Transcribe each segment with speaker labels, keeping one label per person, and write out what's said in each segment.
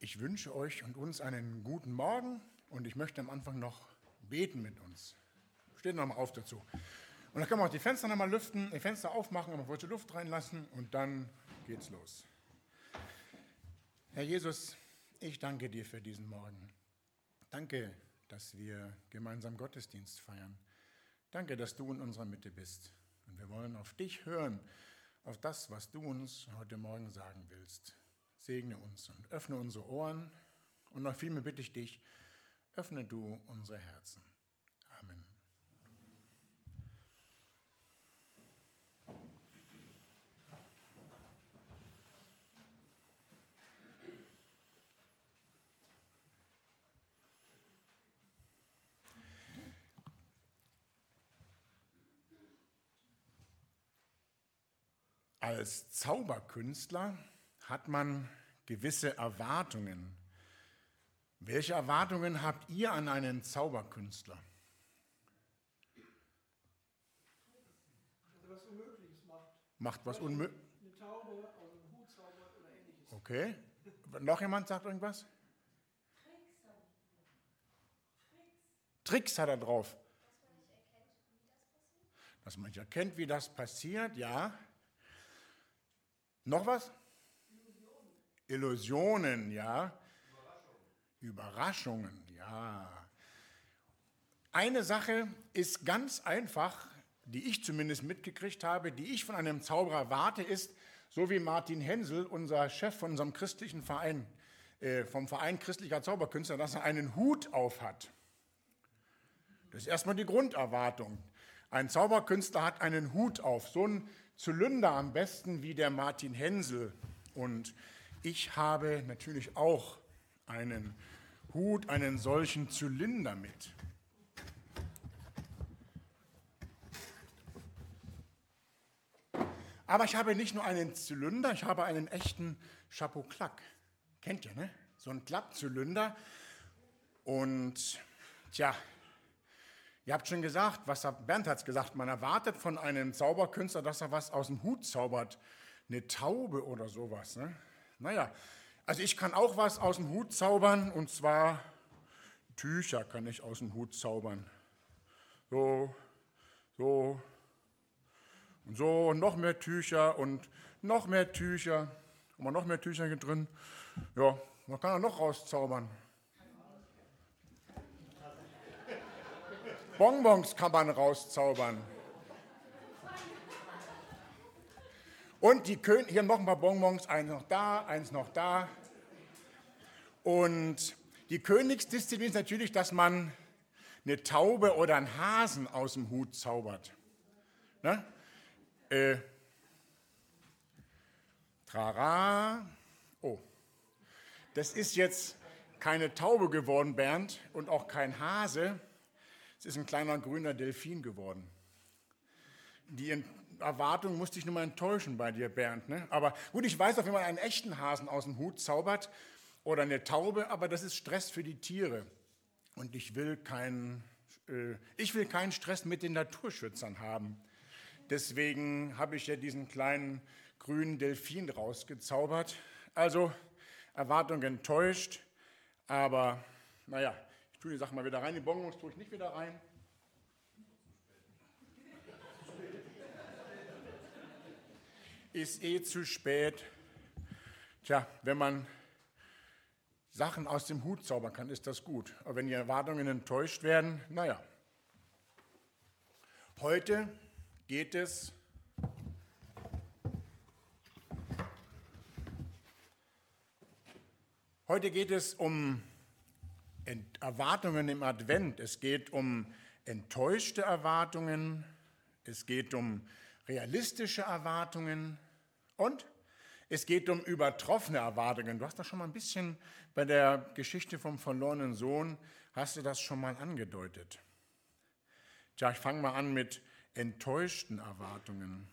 Speaker 1: Ich wünsche euch und uns einen guten Morgen und ich möchte am Anfang noch beten mit uns. Steht nochmal auf dazu. Und dann können wir auch die Fenster nochmal lüften, die Fenster aufmachen, aber frische Luft reinlassen und dann geht's los. Herr Jesus, ich danke dir für diesen Morgen. Danke, dass wir gemeinsam Gottesdienst feiern. Danke, dass du in unserer Mitte bist. Und wir wollen auf dich hören, auf das, was du uns heute Morgen sagen willst. Segne uns und öffne unsere Ohren. Und noch vielmehr bitte ich dich, öffne du unsere Herzen. Amen. Als Zauberkünstler hat man gewisse Erwartungen. Welche Erwartungen habt ihr an einen Zauberkünstler?
Speaker 2: Also was Unmögliches macht.
Speaker 1: Macht was Unmögliches?
Speaker 2: Eine Taube aus einem Hut zaubert oder ähnliches.
Speaker 1: Okay. Noch jemand sagt irgendwas? Tricks hat er drauf. Dass man nicht erkennt, wie das passiert, ja. Noch was? Illusionen, ja. Überraschungen, ja. Eine Sache ist ganz einfach, die ich zumindest mitgekriegt habe, die ich von einem Zauberer erwarte, ist, so wie Martin Hensel, unser Chef von unserem christlichen Verein, vom Verein christlicher Zauberkünstler, dass er einen Hut auf hat. Das ist erstmal die Grunderwartung. Ein Zauberkünstler hat einen Hut auf, so einen Zylinder am besten wie der Martin Hensel. Und ich habe natürlich auch einen Hut, einen solchen Zylinder mit. Aber ich habe nicht nur einen Zylinder, ich habe einen echten Chapeau-Claque. Kennt ihr, ne? So einen Klappzylinder. Und tja, ihr habt schon gesagt, Bernd hat es gesagt, man erwartet von einem Zauberkünstler, dass er was aus dem Hut zaubert. Eine Taube oder sowas. Ne? Naja, also ich kann auch was aus dem Hut zaubern, und zwar Tücher kann ich aus dem Hut zaubern. So, so und so und noch mehr Tücher und noch mehr Tücher. Und mal noch mehr Tücher hier drin. Ja, man kann auch noch rauszaubern. Bonbons kann man rauszaubern. Und hier noch ein paar Bonbons, eins noch da, eins noch da. Und die Königsdisziplin ist natürlich, dass man eine Taube oder einen Hasen aus dem Hut zaubert. Ne? Trara. Oh, das ist jetzt keine Taube geworden, Bernd, und auch kein Hase. Es ist ein kleiner grüner Delfin geworden. Die Erwartung musste ich nur mal enttäuschen bei dir, Bernd. Ne? Aber gut, ich weiß auch, wie man einen echten Hasen aus dem Hut zaubert oder eine Taube, aber das ist Stress für die Tiere. Und ich will keinen Stress mit den Naturschützern haben. Deswegen habe ich ja diesen kleinen grünen Delfin rausgezaubert. Also Erwartung enttäuscht, aber naja. Ich tue die Sachen mal wieder rein, die Bonbons tue ich nicht wieder rein. Ist zu spät. Tja, wenn man Sachen aus dem Hut zaubern kann, ist das gut. Aber wenn die Erwartungen enttäuscht werden, naja. Heute geht es um Erwartungen im Advent. Es geht um enttäuschte Erwartungen, es geht um realistische Erwartungen und es geht um übertroffene Erwartungen. Du hast das schon mal ein bisschen bei der Geschichte vom verlorenen Sohn, hast du das schon mal angedeutet. Tja, ich fange mal an mit enttäuschten Erwartungen.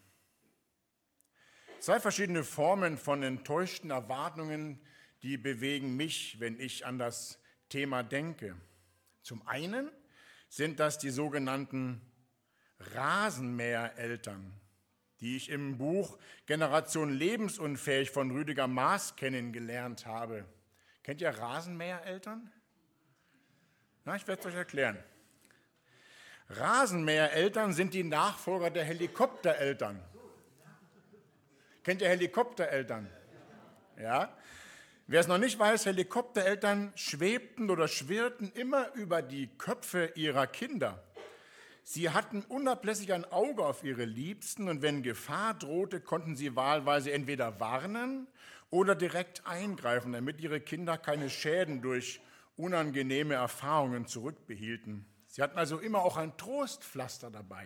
Speaker 1: 2 verschiedene Formen von enttäuschten Erwartungen, die bewegen mich, wenn ich an das Thema denke. Zum einen sind das die sogenannten Rasenmähereltern, die ich im Buch Generation Lebensunfähig von Rüdiger Maaß kennengelernt habe. Kennt ihr Rasenmähereltern? Na, ich werde es euch erklären. Rasenmähereltern sind die Nachfolger der Helikoptereltern. Kennt ihr Helikoptereltern? Ja? Wer es noch nicht weiß, Helikoptereltern schwebten oder schwirrten immer über die Köpfe ihrer Kinder. Sie hatten unablässig ein Auge auf ihre Liebsten und wenn Gefahr drohte, konnten sie wahlweise entweder warnen oder direkt eingreifen, damit ihre Kinder keine Schäden durch unangenehme Erfahrungen zurückbehielten. Sie hatten also immer auch ein Trostpflaster dabei.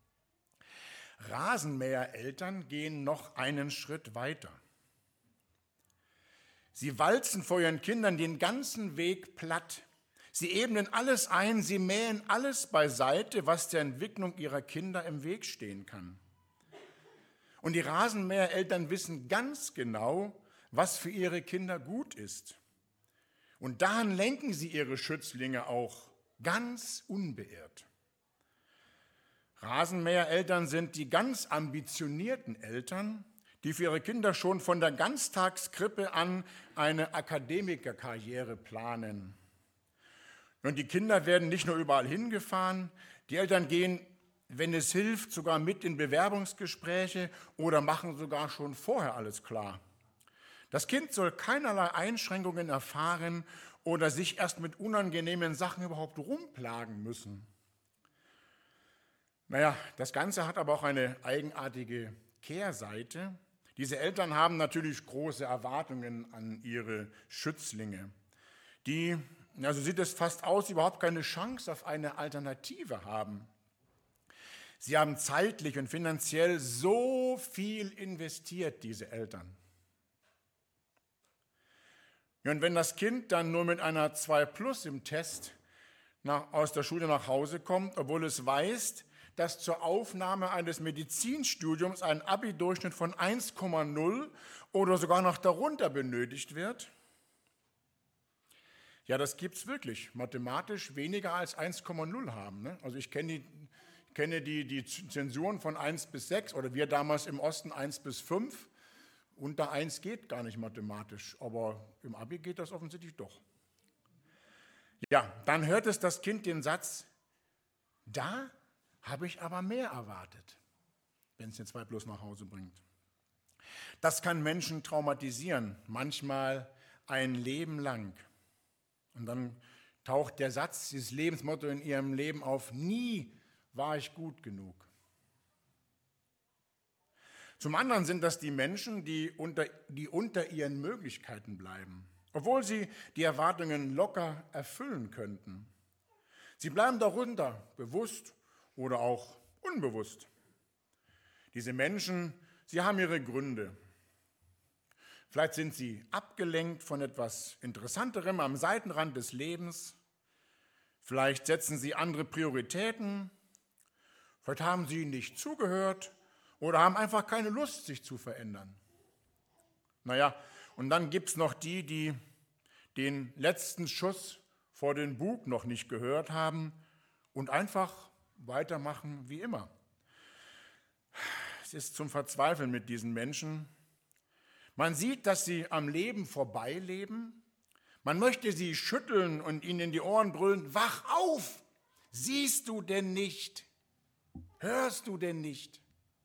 Speaker 1: Rasenmähereltern gehen noch einen Schritt weiter. Sie walzen vor ihren Kindern den ganzen Weg platt. Sie ebnen alles ein, sie mähen alles beiseite, was der Entwicklung ihrer Kinder im Weg stehen kann. Und die Rasenmähereltern wissen ganz genau, was für ihre Kinder gut ist. Und daran lenken sie ihre Schützlinge auch ganz unbeirrt. Rasenmähereltern sind die ganz ambitionierten Eltern, die für ihre Kinder schon von der Ganztagskrippe an eine Akademikerkarriere planen. Und die Kinder werden nicht nur überall hingefahren, die Eltern gehen, wenn es hilft, sogar mit in Bewerbungsgespräche oder machen sogar schon vorher alles klar. Das Kind soll keinerlei Einschränkungen erfahren oder sich erst mit unangenehmen Sachen überhaupt rumplagen müssen. Naja, das Ganze hat aber auch eine eigenartige Kehrseite. Diese Eltern haben natürlich große Erwartungen an ihre Schützlinge, die, so sieht es fast aus, überhaupt keine Chance auf eine Alternative haben. Sie haben zeitlich und finanziell so viel investiert, diese Eltern. Und wenn das Kind dann nur mit einer 2+ im Test aus der Schule nach Hause kommt, obwohl es weiß, dass zur Aufnahme eines Medizinstudiums ein Abi-Durchschnitt von 1,0 oder sogar noch darunter benötigt wird, ja, das gibt es wirklich. Mathematisch weniger als 1,0 haben. Ne? Also ich kenne die Zensuren von 1 bis 6 oder wir damals im Osten 1 bis 5. Unter 1 geht gar nicht mathematisch, aber im Abi geht das offensichtlich doch. Ja, dann hört es das Kind den Satz, da habe ich aber mehr erwartet, wenn es eine 2+ nach Hause bringt. Das kann Menschen traumatisieren, manchmal ein Leben lang. Und dann taucht der Satz, dieses Lebensmotto in ihrem Leben auf, nie war ich gut genug. Zum anderen sind das die Menschen, die unter ihren Möglichkeiten bleiben, obwohl sie die Erwartungen locker erfüllen könnten. Sie bleiben darunter, bewusst oder auch unbewusst. Diese Menschen, sie haben ihre Gründe. Vielleicht sind sie abgelenkt von etwas Interessanterem am Seitenrand des Lebens. Vielleicht setzen sie andere Prioritäten. Vielleicht haben sie nicht zugehört oder haben einfach keine Lust, sich zu verändern. Naja, und dann gibt es noch die, die den letzten Schuss vor den Bug noch nicht gehört haben und einfach weitermachen wie immer. Es ist zum Verzweifeln mit diesen Menschen. Man sieht, dass sie am Leben vorbeileben. Man möchte sie schütteln und ihnen in die Ohren brüllen, wach auf! Siehst du denn nicht? Hörst du denn nicht?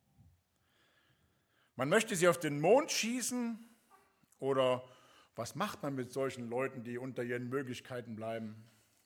Speaker 1: Man möchte sie auf den Mond schießen oder was macht man mit solchen Leuten, die unter ihren Möglichkeiten bleiben?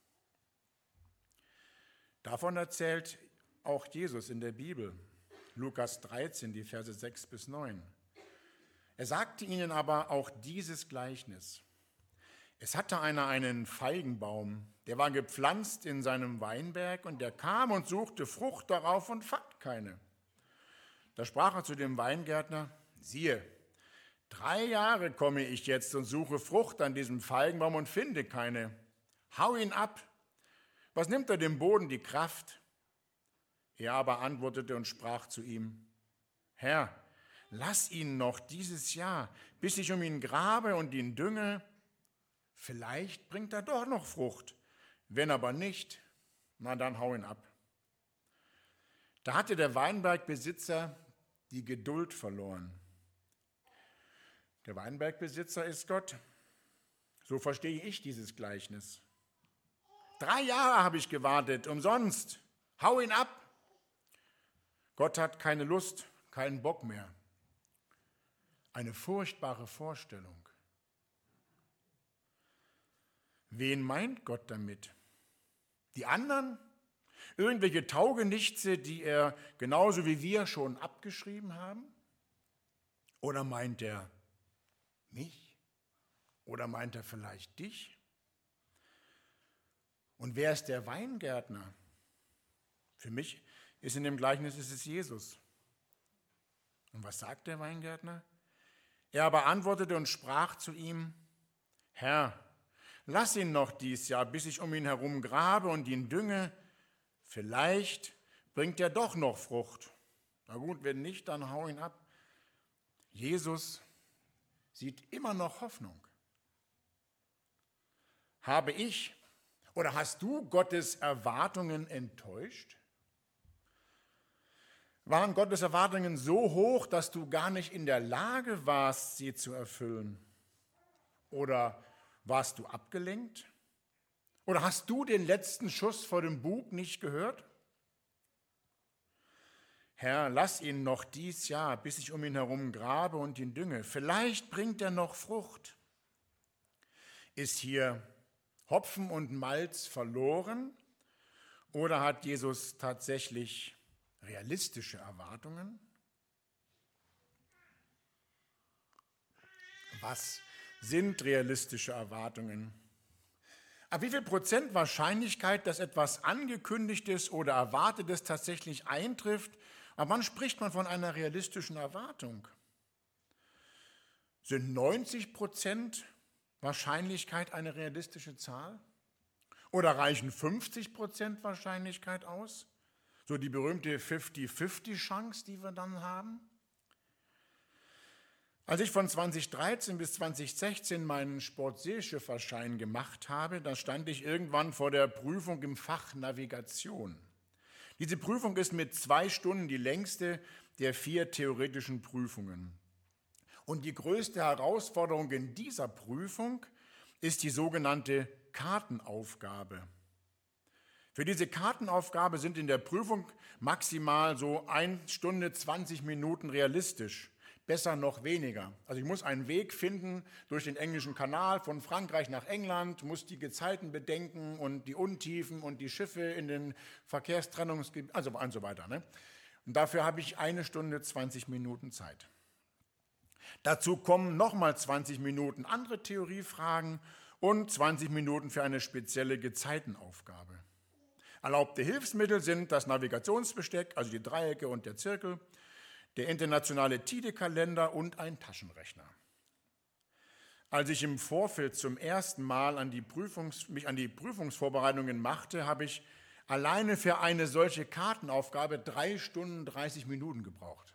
Speaker 1: Davon erzählt auch Jesus in der Bibel, Lukas 13, die Verse 6 bis 9. Er sagte ihnen aber auch dieses Gleichnis. Es hatte einer einen Feigenbaum, der war gepflanzt in seinem Weinberg und der kam und suchte Frucht darauf und fand keine. Da sprach er zu dem Weingärtner, siehe, 3 Jahre komme ich jetzt und suche Frucht an diesem Feigenbaum und finde keine. Hau ihn ab. Was nimmt er dem Boden die Kraft? Er aber antwortete und sprach zu ihm, Herr, lass ihn noch dieses Jahr, bis ich um ihn grabe und ihn dünge. Vielleicht bringt er doch noch Frucht. Wenn aber nicht, na dann hau ihn ab. Da hatte der Weinbergbesitzer die Geduld verloren. Der Weinbergbesitzer ist Gott. So verstehe ich dieses Gleichnis. 3 Jahre habe ich gewartet, umsonst. Hau ihn ab. Gott hat keine Lust, keinen Bock mehr. Eine furchtbare Vorstellung. Wen meint Gott damit? Die anderen? Irgendwelche Taugenichtse, die er genauso wie wir schon abgeschrieben haben? Oder meint er mich? Oder meint er vielleicht dich? Und wer ist der Weingärtner? Für mich ist in dem Gleichnis ist es Jesus. Und was sagt der Weingärtner? Er aber antwortete und sprach zu ihm: Herr, lass ihn noch dies Jahr, bis ich um ihn herum grabe und ihn dünge. Vielleicht bringt er doch noch Frucht. Na gut, wenn nicht, dann hau ihn ab. Jesus sieht immer noch Hoffnung. Habe ich oder hast du Gottes Erwartungen enttäuscht? Waren Gottes Erwartungen so hoch, dass du gar nicht in der Lage warst, sie zu erfüllen? Oder warst du abgelenkt? Oder hast du den letzten Schuss vor dem Bug nicht gehört? Herr, lass ihn noch dies Jahr, bis ich um ihn herum grabe und ihn dünge. Vielleicht bringt er noch Frucht. Ist hier Hopfen und Malz verloren? Oder hat Jesus tatsächlich realistische Erwartungen? Was sind realistische Erwartungen? Ab wie viel Prozent Wahrscheinlichkeit, dass etwas Angekündigtes oder Erwartetes tatsächlich eintrifft? Ab wann spricht man von einer realistischen Erwartung? Sind 90% Wahrscheinlichkeit eine realistische Zahl? Oder reichen 50% Wahrscheinlichkeit aus? So die berühmte 50-50-Chance, die wir dann haben? Als ich von 2013 bis 2016 meinen Sportseeschifferschein gemacht habe, da stand ich irgendwann vor der Prüfung im Fach Navigation. Diese Prüfung ist mit 2 Stunden die längste der 4 theoretischen Prüfungen. Und die größte Herausforderung in dieser Prüfung ist die sogenannte Kartenaufgabe. Für diese Kartenaufgabe sind in der Prüfung maximal so 1 Stunde 20 Minuten realistisch. Besser noch weniger. Also ich muss einen Weg finden durch den englischen Kanal von Frankreich nach England, muss die Gezeiten bedenken und die Untiefen und die Schiffe in den Verkehrstrennungsgebieten, also und so weiter. Ne? Und dafür habe ich 1 Stunde 20 Minuten Zeit. Dazu kommen nochmal 20 Minuten andere Theoriefragen und 20 Minuten für eine spezielle Gezeitenaufgabe. Erlaubte Hilfsmittel sind das Navigationsbesteck, also die Dreiecke und der Zirkel, der internationale Tide-Kalender und ein Taschenrechner. Als ich im Vorfeld zum ersten Mal mich an die Prüfungsvorbereitungen machte, habe ich alleine für eine solche Kartenaufgabe 3 Stunden 30 Minuten gebraucht.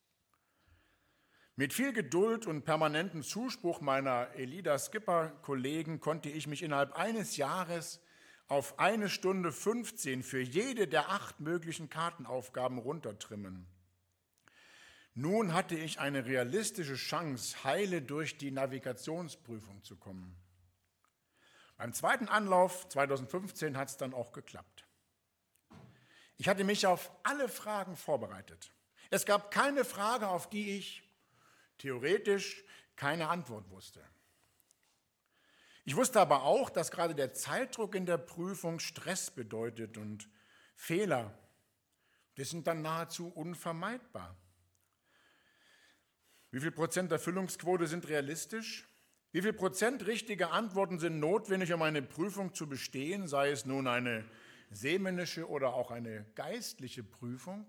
Speaker 1: Mit viel Geduld und permanentem Zuspruch meiner Elida-Skipper-Kollegen konnte ich mich innerhalb eines Jahres auf 1 Stunde 15 für jede der 8 möglichen Kartenaufgaben runtertrimmen. Nun hatte ich eine realistische Chance, heile durch die Navigationsprüfung zu kommen. Beim zweiten Anlauf 2015 hat es dann auch geklappt. Ich hatte mich auf alle Fragen vorbereitet. Es gab keine Frage, auf die ich theoretisch keine Antwort wusste. Ich wusste aber auch, dass gerade der Zeitdruck in der Prüfung Stress bedeutet und Fehler, die sind dann nahezu unvermeidbar. Wie viel Prozent Erfüllungsquote sind realistisch? Wie viel Prozent richtige Antworten sind notwendig, um eine Prüfung zu bestehen, sei es nun eine seemännische oder auch eine geistliche Prüfung?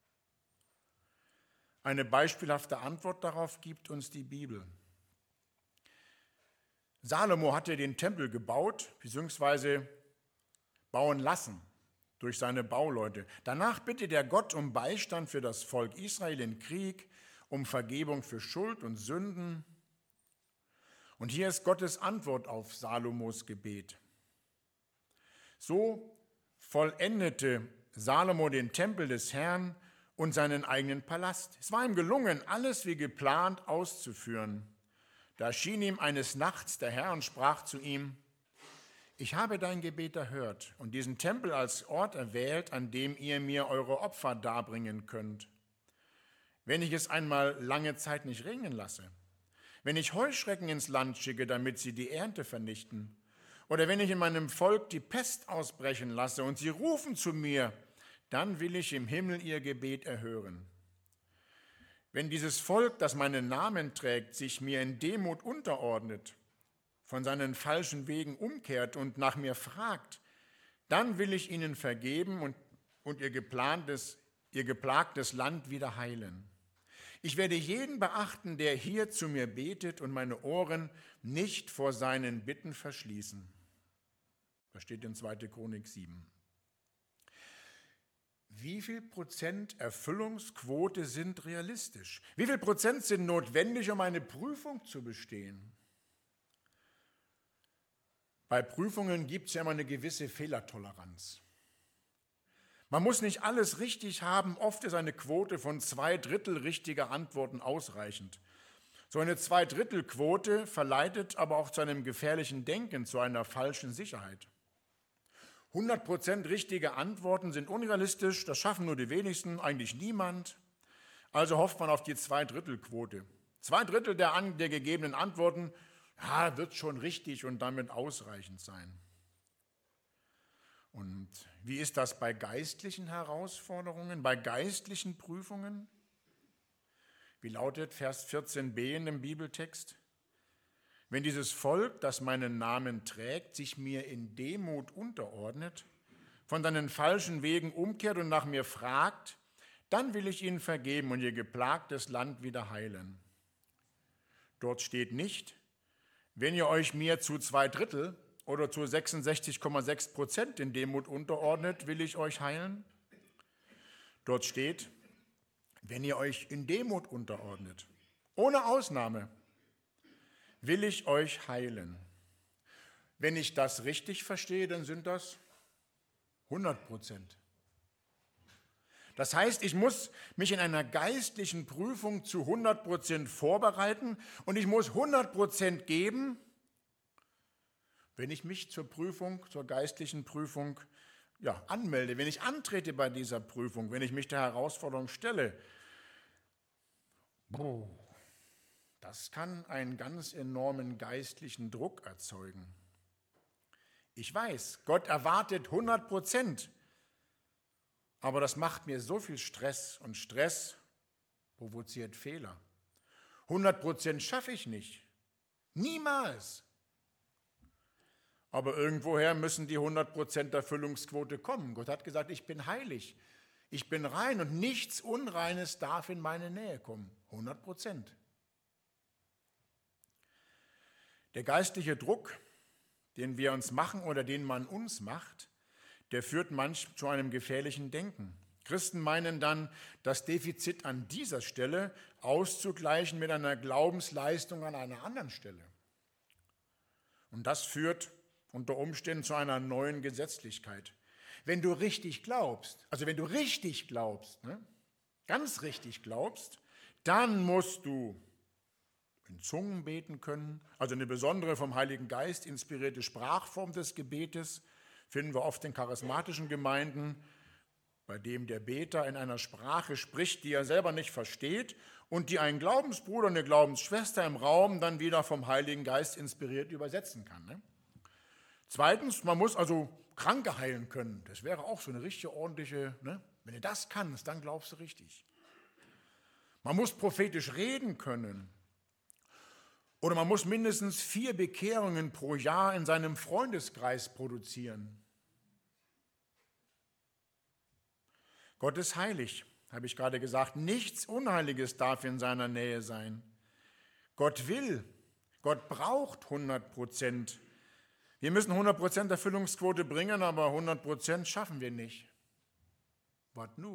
Speaker 1: Eine beispielhafte Antwort darauf gibt uns die Bibel. Salomo hatte den Tempel gebaut bzw. bauen lassen durch seine Bauleute. Danach bittet er Gott um Beistand für das Volk Israel in Krieg, um Vergebung für Schuld und Sünden. Und hier ist Gottes Antwort auf Salomos Gebet. So vollendete Salomo den Tempel des Herrn und seinen eigenen Palast. Es war ihm gelungen, alles wie geplant auszuführen. Da schien ihm eines Nachts der Herr und sprach zu ihm: Ich habe dein Gebet erhört und diesen Tempel als Ort erwählt, an dem ihr mir eure Opfer darbringen könnt. Wenn ich es einmal lange Zeit nicht regnen lasse, wenn ich Heuschrecken ins Land schicke, damit sie die Ernte vernichten, oder wenn ich in meinem Volk die Pest ausbrechen lasse und sie rufen zu mir, dann will ich im Himmel ihr Gebet erhören. Wenn dieses Volk, das meinen Namen trägt, sich mir in Demut unterordnet, von seinen falschen Wegen umkehrt und nach mir fragt, dann will ich ihnen vergeben und ihr geplagtes Land wieder heilen. Ich werde jeden beachten, der hier zu mir betet und meine Ohren nicht vor seinen Bitten verschließen. Das steht in 2. Chronik 7. Wie viel Prozent Erfüllungsquote sind realistisch? Wie viel Prozent sind notwendig, um eine Prüfung zu bestehen? Bei Prüfungen gibt es ja immer eine gewisse Fehlertoleranz. Man muss nicht alles richtig haben, oft ist eine Quote von 2/3 richtiger Antworten ausreichend. So eine 2/3-Quote verleitet aber auch zu einem gefährlichen Denken, zu einer falschen Sicherheit. 100% richtige Antworten sind unrealistisch, das schaffen nur die wenigsten, eigentlich niemand. Also hofft man auf die 2/3-Quote. 2/3 der gegebenen Antworten, ja, wird schon richtig und damit ausreichend sein. Und wie ist das bei geistlichen Herausforderungen, bei geistlichen Prüfungen? Wie lautet Vers 14b in dem Bibeltext? Wenn dieses Volk, das meinen Namen trägt, sich mir in Demut unterordnet, von seinen falschen Wegen umkehrt und nach mir fragt, dann will ich ihnen vergeben und ihr geplagtes Land wieder heilen. Dort steht nicht, wenn ihr euch mir zu 2/3 oder zu 66,6% in Demut unterordnet, will ich euch heilen. Dort steht, wenn ihr euch in Demut unterordnet, ohne Ausnahme, will ich euch heilen. Wenn ich das richtig verstehe, dann sind das 100%. Das heißt, ich muss mich in einer geistlichen Prüfung zu 100% vorbereiten und ich muss 100% geben, wenn ich mich zur Prüfung, zur geistlichen Prüfung anmelde, wenn ich antrete bei dieser Prüfung, wenn ich mich der Herausforderung stelle. Das kann einen ganz enormen geistlichen Druck erzeugen. Ich weiß, Gott erwartet 100%, aber das macht mir so viel Stress und Stress provoziert Fehler. 100% schaffe ich nicht, niemals. Aber irgendwoher müssen die 100% Erfüllungsquote kommen. Gott hat gesagt, ich bin heilig, ich bin rein und nichts Unreines darf in meine Nähe kommen. 100%. Der geistliche Druck, den wir uns machen oder den man uns macht, der führt manchmal zu einem gefährlichen Denken. Christen meinen dann, das Defizit an dieser Stelle auszugleichen mit einer Glaubensleistung an einer anderen Stelle. Und das führt unter Umständen zu einer neuen Gesetzlichkeit. Wenn du richtig glaubst, ganz richtig glaubst, dann musst du in Zungen beten können, also eine besondere vom Heiligen Geist inspirierte Sprachform des Gebetes, finden wir oft in charismatischen Gemeinden, bei dem der Beter in einer Sprache spricht, die er selber nicht versteht und die ein Glaubensbruder, eine Glaubensschwester im Raum dann wieder vom Heiligen Geist inspiriert übersetzen kann. Zweitens, man muss also Kranke heilen können. Das wäre auch so eine richtige ordentliche, wenn du das kannst, dann glaubst du richtig. Man muss prophetisch reden können. Oder man muss mindestens 4 Bekehrungen pro Jahr in seinem Freundeskreis produzieren. Gott ist heilig, habe ich gerade gesagt. Nichts Unheiliges darf in seiner Nähe sein. Gott will, Gott braucht 100%. Wir müssen 100% Erfüllungsquote bringen, aber 100% schaffen wir nicht. What nu?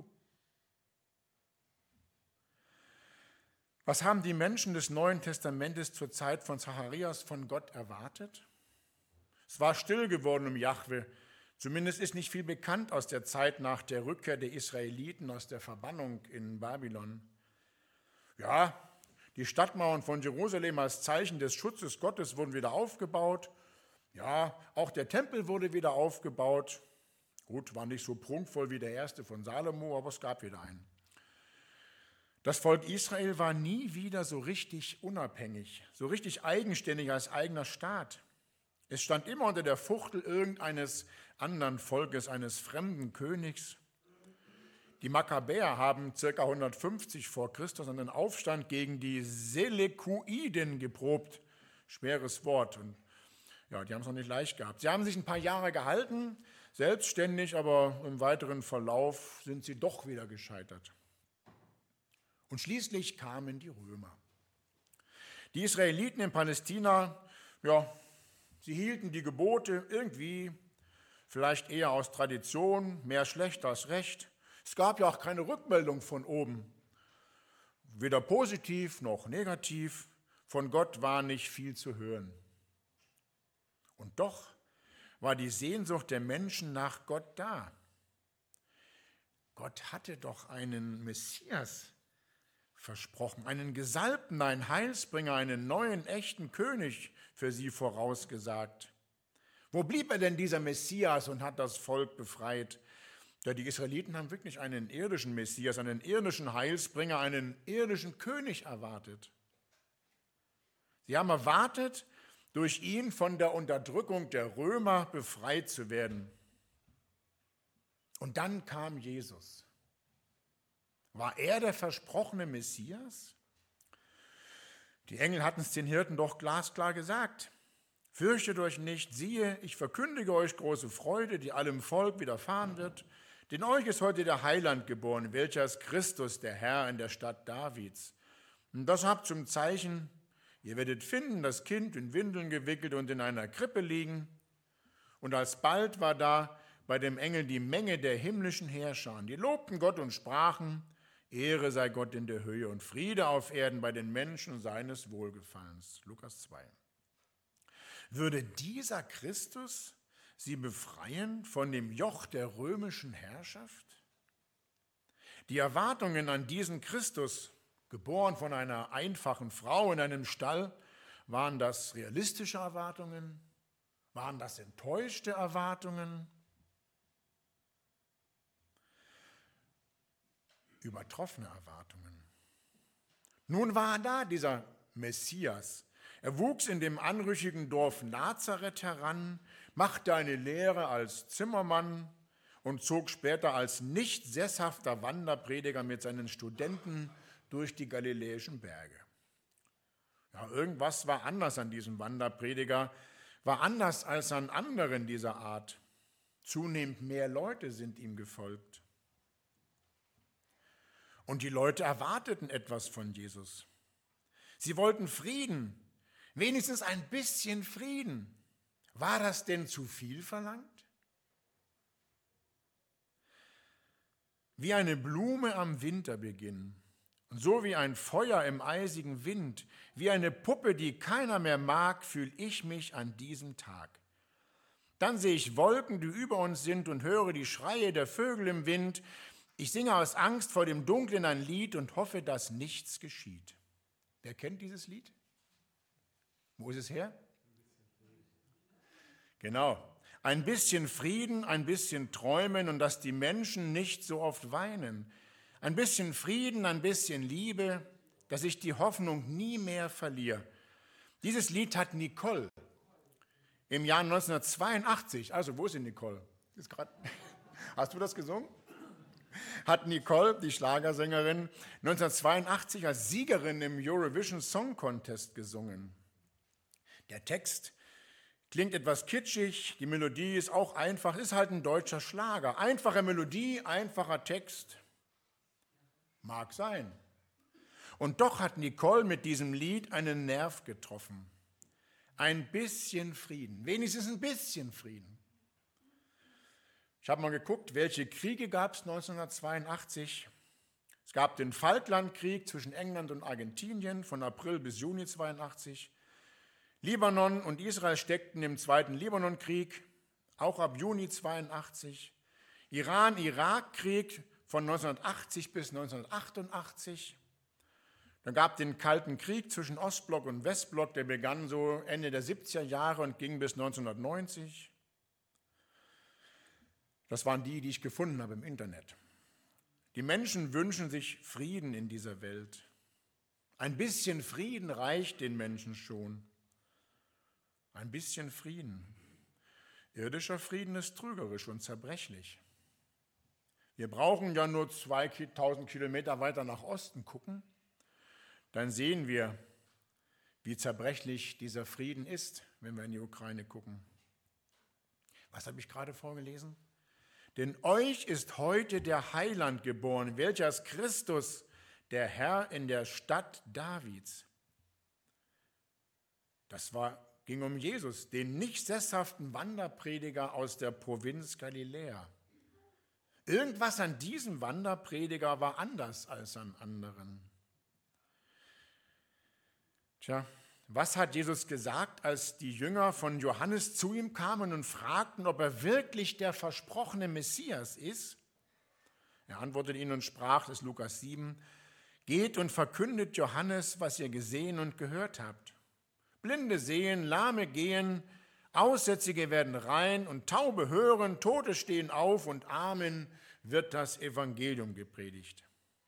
Speaker 1: Was haben die Menschen des Neuen Testamentes zur Zeit von Zacharias von Gott erwartet? Es war still geworden um Jahwe. Zumindest ist nicht viel bekannt aus der Zeit nach der Rückkehr der Israeliten aus der Verbannung in Babylon. Ja, Die Stadtmauern von Jerusalem als Zeichen des Schutzes Gottes wurden wieder aufgebaut. Ja, auch der Tempel wurde wieder aufgebaut. Gut, war nicht so prunkvoll wie der erste von Salomo, aber es gab wieder einen. Das Volk Israel war nie wieder so richtig unabhängig, so richtig eigenständig als eigener Staat. Es stand immer unter der Fuchtel irgendeines anderen Volkes, eines fremden Königs. Die Makkabäer haben ca. 150 vor Christus einen Aufstand gegen die Selekuiden geprobt. Schweres Wort. Und ja, die haben es noch nicht leicht gehabt. Sie haben sich ein paar Jahre gehalten, selbstständig, aber im weiteren Verlauf sind sie doch wieder gescheitert. Und schließlich kamen die Römer. Die Israeliten in Palästina, ja, sie hielten die Gebote irgendwie, vielleicht eher aus Tradition, mehr schlecht als recht. Es gab ja auch keine Rückmeldung von oben, weder positiv noch negativ. Von Gott war nicht viel zu hören. Und doch war die Sehnsucht der Menschen nach Gott da. Gott hatte doch einen Messias versprochen, einen Gesalbten, einen Heilsbringer, einen neuen, echten König für sie vorausgesagt. Wo blieb er denn, dieser Messias, und hat das Volk befreit? Ja, die Israeliten haben wirklich einen irdischen Messias, einen irdischen Heilsbringer, einen irdischen König erwartet. Sie haben erwartet, durch ihn von der Unterdrückung der Römer befreit zu werden. Und dann kam Jesus. War er der versprochene Messias? Die Engel hatten es den Hirten doch glasklar gesagt. Fürchtet euch nicht, siehe, ich verkündige euch große Freude, die allem Volk widerfahren wird. Denn euch ist heute der Heiland geboren, welcher ist Christus, der Herr in der Stadt Davids. Und das habt zum Zeichen, ihr werdet finden, das Kind in Windeln gewickelt und in einer Krippe liegen. Und alsbald war da bei dem Engel die Menge der himmlischen Heerscharen. Die lobten Gott und sprachen, Ehre sei Gott in der Höhe und Friede auf Erden bei den Menschen seines Wohlgefallens. Lukas 2. Würde dieser Christus sie befreien von dem Joch der römischen Herrschaft? Die Erwartungen an diesen Christus, geboren von einer einfachen Frau in einem Stall, waren das realistische Erwartungen? Waren das enttäuschte Erwartungen? Übertroffene Erwartungen. Nun war da dieser Messias. Er wuchs in dem anrüchigen Dorf Nazareth heran, machte eine Lehre als Zimmermann und zog später als nicht sesshafter Wanderprediger mit seinen Studenten durch die galiläischen Berge. Ja, irgendwas war anders an diesem Wanderprediger, war anders als an anderen dieser Art. Zunehmend mehr Leute sind ihm gefolgt. Und die Leute erwarteten etwas von Jesus. Sie wollten Frieden, wenigstens ein bisschen Frieden. War das denn zu viel verlangt? Wie eine Blume am Winterbeginn und so wie ein Feuer im eisigen Wind, wie eine Puppe, die keiner mehr mag, fühle ich mich an diesem Tag. Dann sehe ich Wolken, die über uns sind, und höre die Schreie der Vögel im Wind. Ich singe aus Angst vor dem Dunklen ein Lied und hoffe, dass nichts geschieht. Wer kennt dieses Lied? Wo ist es her? Genau. Ein bisschen Frieden, ein bisschen Träumen und dass die Menschen nicht so oft weinen. Ein bisschen Frieden, ein bisschen Liebe, dass ich die Hoffnung nie mehr verliere. Dieses Lied hat Nicole im Jahr 1982, also wo ist sie, Nicole? Hast du das gesungen? Hat Nicole, die Schlagersängerin, 1982 als Siegerin im Eurovision Song Contest gesungen. Der Text klingt etwas kitschig, die Melodie ist auch einfach, ist halt ein deutscher Schlager. Einfache Melodie, einfacher Text. Mag sein. Und doch hat Nicole mit diesem Lied einen Nerv getroffen. Ein bisschen Frieden, wenigstens ein bisschen Frieden. Ich habe mal geguckt, welche Kriege gab es 1982. Es gab den Falklandkrieg zwischen England und Argentinien von April bis Juni 1982. Libanon und Israel steckten im Zweiten Libanonkrieg, auch ab Juni 1982. Iran-Irak-Krieg von 1980 bis 1988. Da gab den Kalten Krieg zwischen Ostblock und Westblock, der begann so Ende der 70er Jahre und ging bis 1990. Das waren die ich gefunden habe im Internet. Die Menschen wünschen sich Frieden in dieser Welt. Ein bisschen Frieden reicht den Menschen schon. Ein bisschen Frieden. Irdischer Frieden ist trügerisch und zerbrechlich. Wir brauchen ja nur 2000 Kilometer weiter nach Osten gucken. Dann sehen wir, wie zerbrechlich dieser Frieden ist, wenn wir in die Ukraine gucken. Was habe ich gerade vorgelesen? Denn euch ist heute der Heiland geboren, welcher ist Christus, der Herr in der Stadt Davids. Ging um Jesus, den nicht sesshaften Wanderprediger aus der Provinz Galiläa. Irgendwas an diesem Wanderprediger war anders als an anderen. Tja, was hat Jesus gesagt, als die Jünger von Johannes zu ihm kamen und fragten, ob er wirklich der versprochene Messias ist? Er antwortete ihnen und sprach, das ist Lukas 7, geht und verkündet Johannes, was ihr gesehen und gehört habt. Blinde sehen, Lahme gehen, Aussätzige werden rein und Taube hören, Tote stehen auf und Armen wird das Evangelium gepredigt.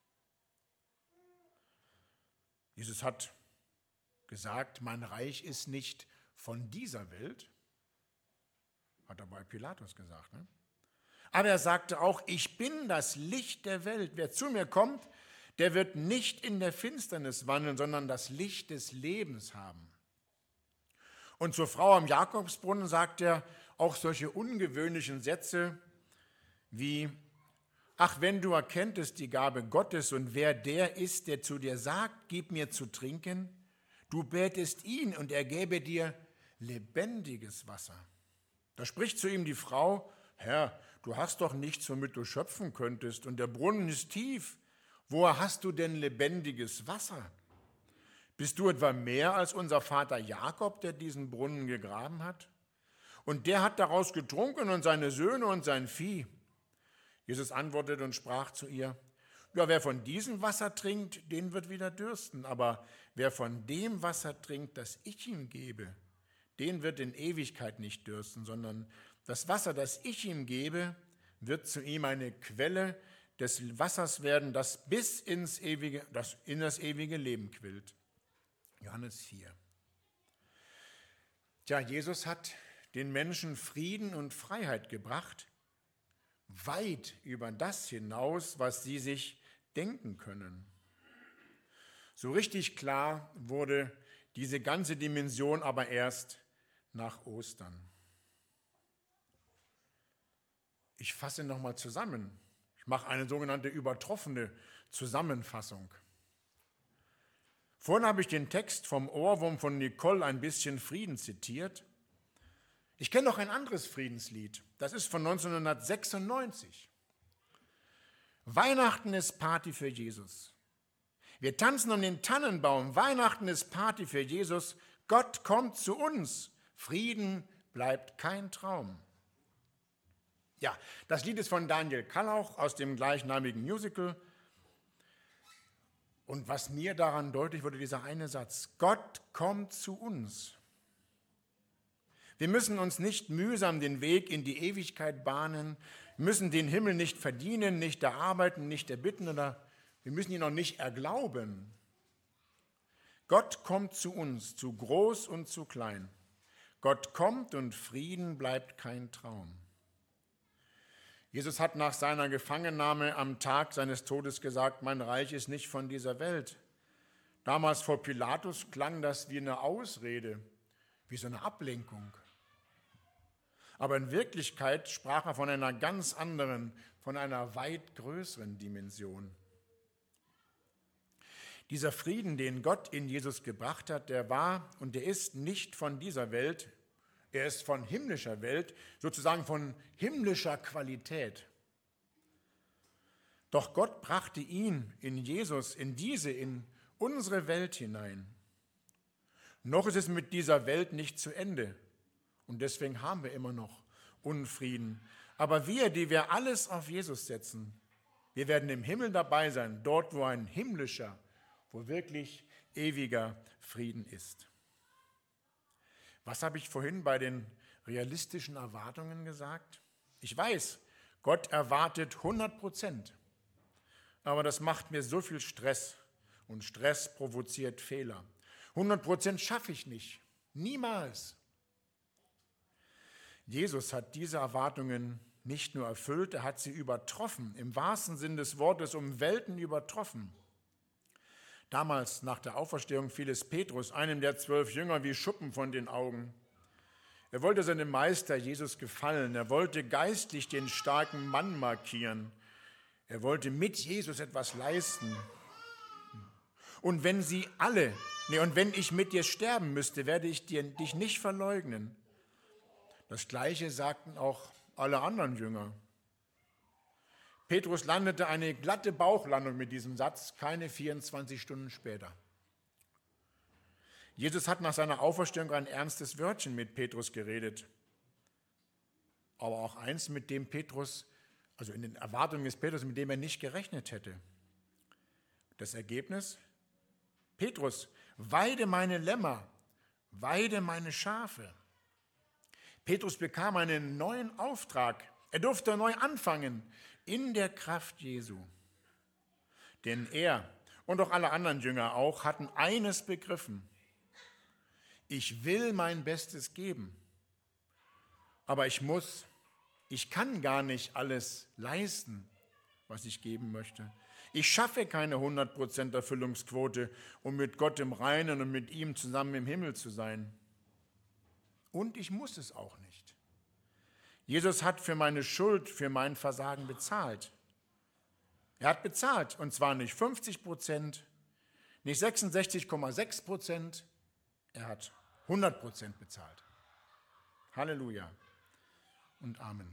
Speaker 1: Jesus hat gesagt, mein Reich ist nicht von dieser Welt, hat er bei Pilatus gesagt. Ne? Aber er sagte auch, ich bin das Licht der Welt. Wer zu mir kommt, der wird nicht in der Finsternis wandeln, sondern das Licht des Lebens haben. Und zur Frau am Jakobsbrunnen sagt er auch solche ungewöhnlichen Sätze wie, ach, wenn du erkenntest die Gabe Gottes und wer der ist, der zu dir sagt, gib mir zu trinken, du betest ihn und er gäbe dir lebendiges Wasser. Da spricht zu ihm die Frau, Herr, du hast doch nichts, womit du schöpfen könntest und der Brunnen ist tief. Woher hast du denn lebendiges Wasser? Bist du etwa mehr als unser Vater Jakob, der diesen Brunnen gegraben hat? Und der hat daraus getrunken und seine Söhne und sein Vieh. Jesus antwortete und sprach zu ihr, ja, wer von diesem Wasser trinkt, den wird wieder dürsten. Aber wer von dem Wasser trinkt, das ich ihm gebe, den wird in Ewigkeit nicht dürsten, sondern das Wasser, das ich ihm gebe, wird zu ihm eine Quelle des Wassers werden, das bis in das ewige Leben quillt. Johannes 4. Tja, Jesus hat den Menschen Frieden und Freiheit gebracht, weit über das hinaus, was sie sich denken können. So richtig klar wurde diese ganze Dimension aber erst nach Ostern. Ich fasse nochmal zusammen. Ich mache eine sogenannte übertroffene Zusammenfassung. Vorhin habe ich den Text vom Ohrwurm von Nicole ein bisschen Frieden zitiert. Ich kenne noch ein anderes Friedenslied. Das ist von 1996. Weihnachten ist Party für Jesus. Wir tanzen um den Tannenbaum. Weihnachten ist Party für Jesus. Gott kommt zu uns. Frieden bleibt kein Traum. Ja, das Lied ist von Daniel Kallauch aus dem gleichnamigen Musical. Und was mir daran deutlich wurde, dieser eine Satz, Gott kommt zu uns. Wir müssen uns nicht mühsam den Weg in die Ewigkeit bahnen, wir müssen den Himmel nicht verdienen, nicht erarbeiten, nicht erbitten oder wir müssen ihn auch nicht erglauben. Gott kommt zu uns, zu groß und zu klein. Gott kommt und Frieden bleibt kein Traum. Jesus hat nach seiner Gefangennahme am Tag seines Todes gesagt, mein Reich ist nicht von dieser Welt. Damals vor Pilatus klang das wie eine Ausrede, wie so eine Ablenkung. Aber in Wirklichkeit sprach er von einer ganz anderen, von einer weit größeren Dimension. Dieser Frieden, den Gott in Jesus gebracht hat, der war und der ist nicht von dieser Welt. Er ist von himmlischer Welt, sozusagen von himmlischer Qualität. Doch Gott brachte ihn in Jesus, in unsere Welt hinein. Noch ist es mit dieser Welt nicht zu Ende. Und deswegen haben wir immer noch Unfrieden. Aber wir, die wir alles auf Jesus setzen, wir werden im Himmel dabei sein, dort, wo ein himmlischer, wo wirklich ewiger Frieden ist. Was habe ich vorhin bei den realistischen Erwartungen gesagt? Ich weiß, Gott erwartet 100%, aber das macht mir so viel Stress und Stress provoziert Fehler. 100% schaffe ich nicht, niemals. Jesus hat diese Erwartungen nicht nur erfüllt, er hat sie übertroffen, im wahrsten Sinn des Wortes um Welten übertroffen. Damals nach der Auferstehung fiel es Petrus, einem der 12 Jünger, wie Schuppen von den Augen. Er wollte seinem Meister Jesus gefallen, er wollte geistlich den starken Mann markieren, er wollte mit Jesus etwas leisten. Und wenn wenn ich mit dir sterben müsste, werde ich dich nicht verleugnen. Das Gleiche sagten auch alle anderen Jünger. Petrus landete eine glatte Bauchlandung mit diesem Satz, keine 24 Stunden später. Jesus hat nach seiner Auferstehung ein ernstes Wörtchen mit Petrus geredet. Aber auch eins, mit dem Petrus, also in den Erwartungen des Petrus, mit dem er nicht gerechnet hätte. Das Ergebnis? Petrus, weide meine Lämmer, weide meine Schafe. Petrus bekam einen neuen Auftrag. Er durfte neu anfangen in der Kraft Jesu. Denn er und auch alle anderen Jünger auch hatten eines begriffen. Ich will mein Bestes geben, aber ich kann gar nicht alles leisten, was ich geben möchte. Ich schaffe keine 100% Erfüllungsquote, um mit Gott im Reinen und mit ihm zusammen im Himmel zu sein. Und ich muss es auch nicht. Jesus hat für meine Schuld, für mein Versagen bezahlt. Er hat bezahlt, und zwar nicht 50%, nicht 66,6%, er hat 100% bezahlt. Halleluja und Amen.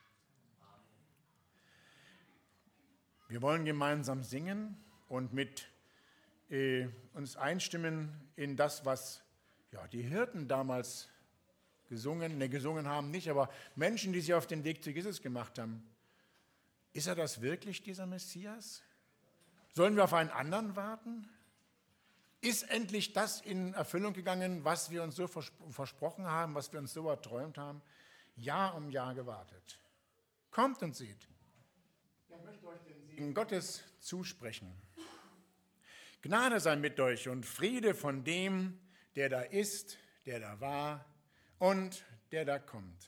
Speaker 1: Wir wollen gemeinsam singen und mit uns einstimmen in das, was die Hirten damals gesungen haben, nicht, aber Menschen, die sich auf den Weg zu Jesus gemacht haben. Ist er das wirklich, dieser Messias? Sollen wir auf einen anderen warten? Ist endlich das in Erfüllung gegangen, was wir uns so versprochen haben, was wir uns so erträumt haben? Jahr um Jahr gewartet. Kommt und seht. Ich möchte euch den Segen Gottes zusprechen. Gnade sei mit euch und Friede von dem, der da ist, der da war und der da kommt.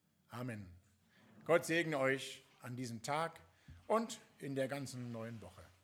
Speaker 1: Amen. Gott segne euch an diesem Tag und in der ganzen neuen Woche.